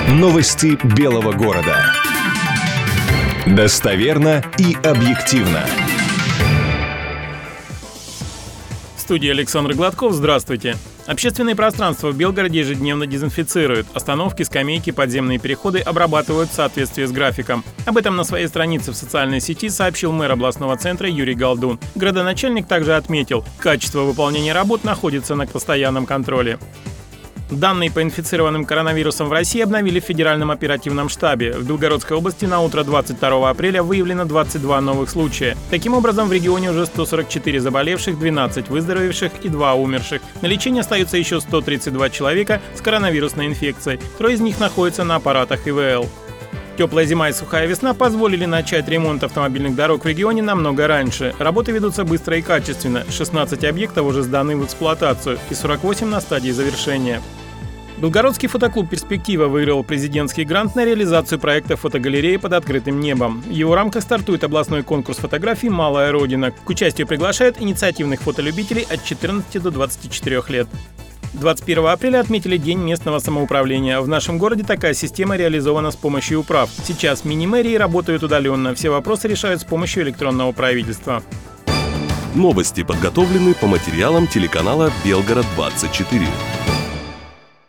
Новости Белого города. Достоверно и объективно. В студии Александр Гладков. Здравствуйте. Общественные пространства в Белгороде ежедневно дезинфицируют. Остановки, скамейки, подземные переходы обрабатывают в соответствии с графиком. Об этом на своей странице в социальной сети сообщил мэр областного центра Юрий Голдун. Градоначальник также отметил, качество выполнения работ находится на постоянном контроле. Данные по инфицированным коронавирусом в России обновили в Федеральном оперативном штабе. В Белгородской области на утро 22 апреля выявлено 22 новых случая. Таким образом, в регионе уже 144 заболевших, 12 выздоровевших и 2 умерших. На лечении остаются еще 132 человека с коронавирусной инфекцией. 3 из них находятся на аппаратах ИВЛ. Теплая зима и сухая весна позволили начать ремонт автомобильных дорог в регионе намного раньше. Работы ведутся быстро и качественно. 16 объектов уже сданы в эксплуатацию и 48 на стадии завершения. Белгородский фотоклуб «Перспектива» выиграл президентский грант на реализацию проекта фотогалереи под открытым небом. В его рамках стартует областной конкурс фотографий «Малая Родина». К участию приглашают инициативных фотолюбителей от 14 до 24 лет. 21 апреля отметили День местного самоуправления. В нашем городе такая система реализована с помощью управ. Сейчас мини-мэрии работают удаленно. Все вопросы решают с помощью электронного правительства. Новости подготовлены по материалам телеканала «Белгород-24».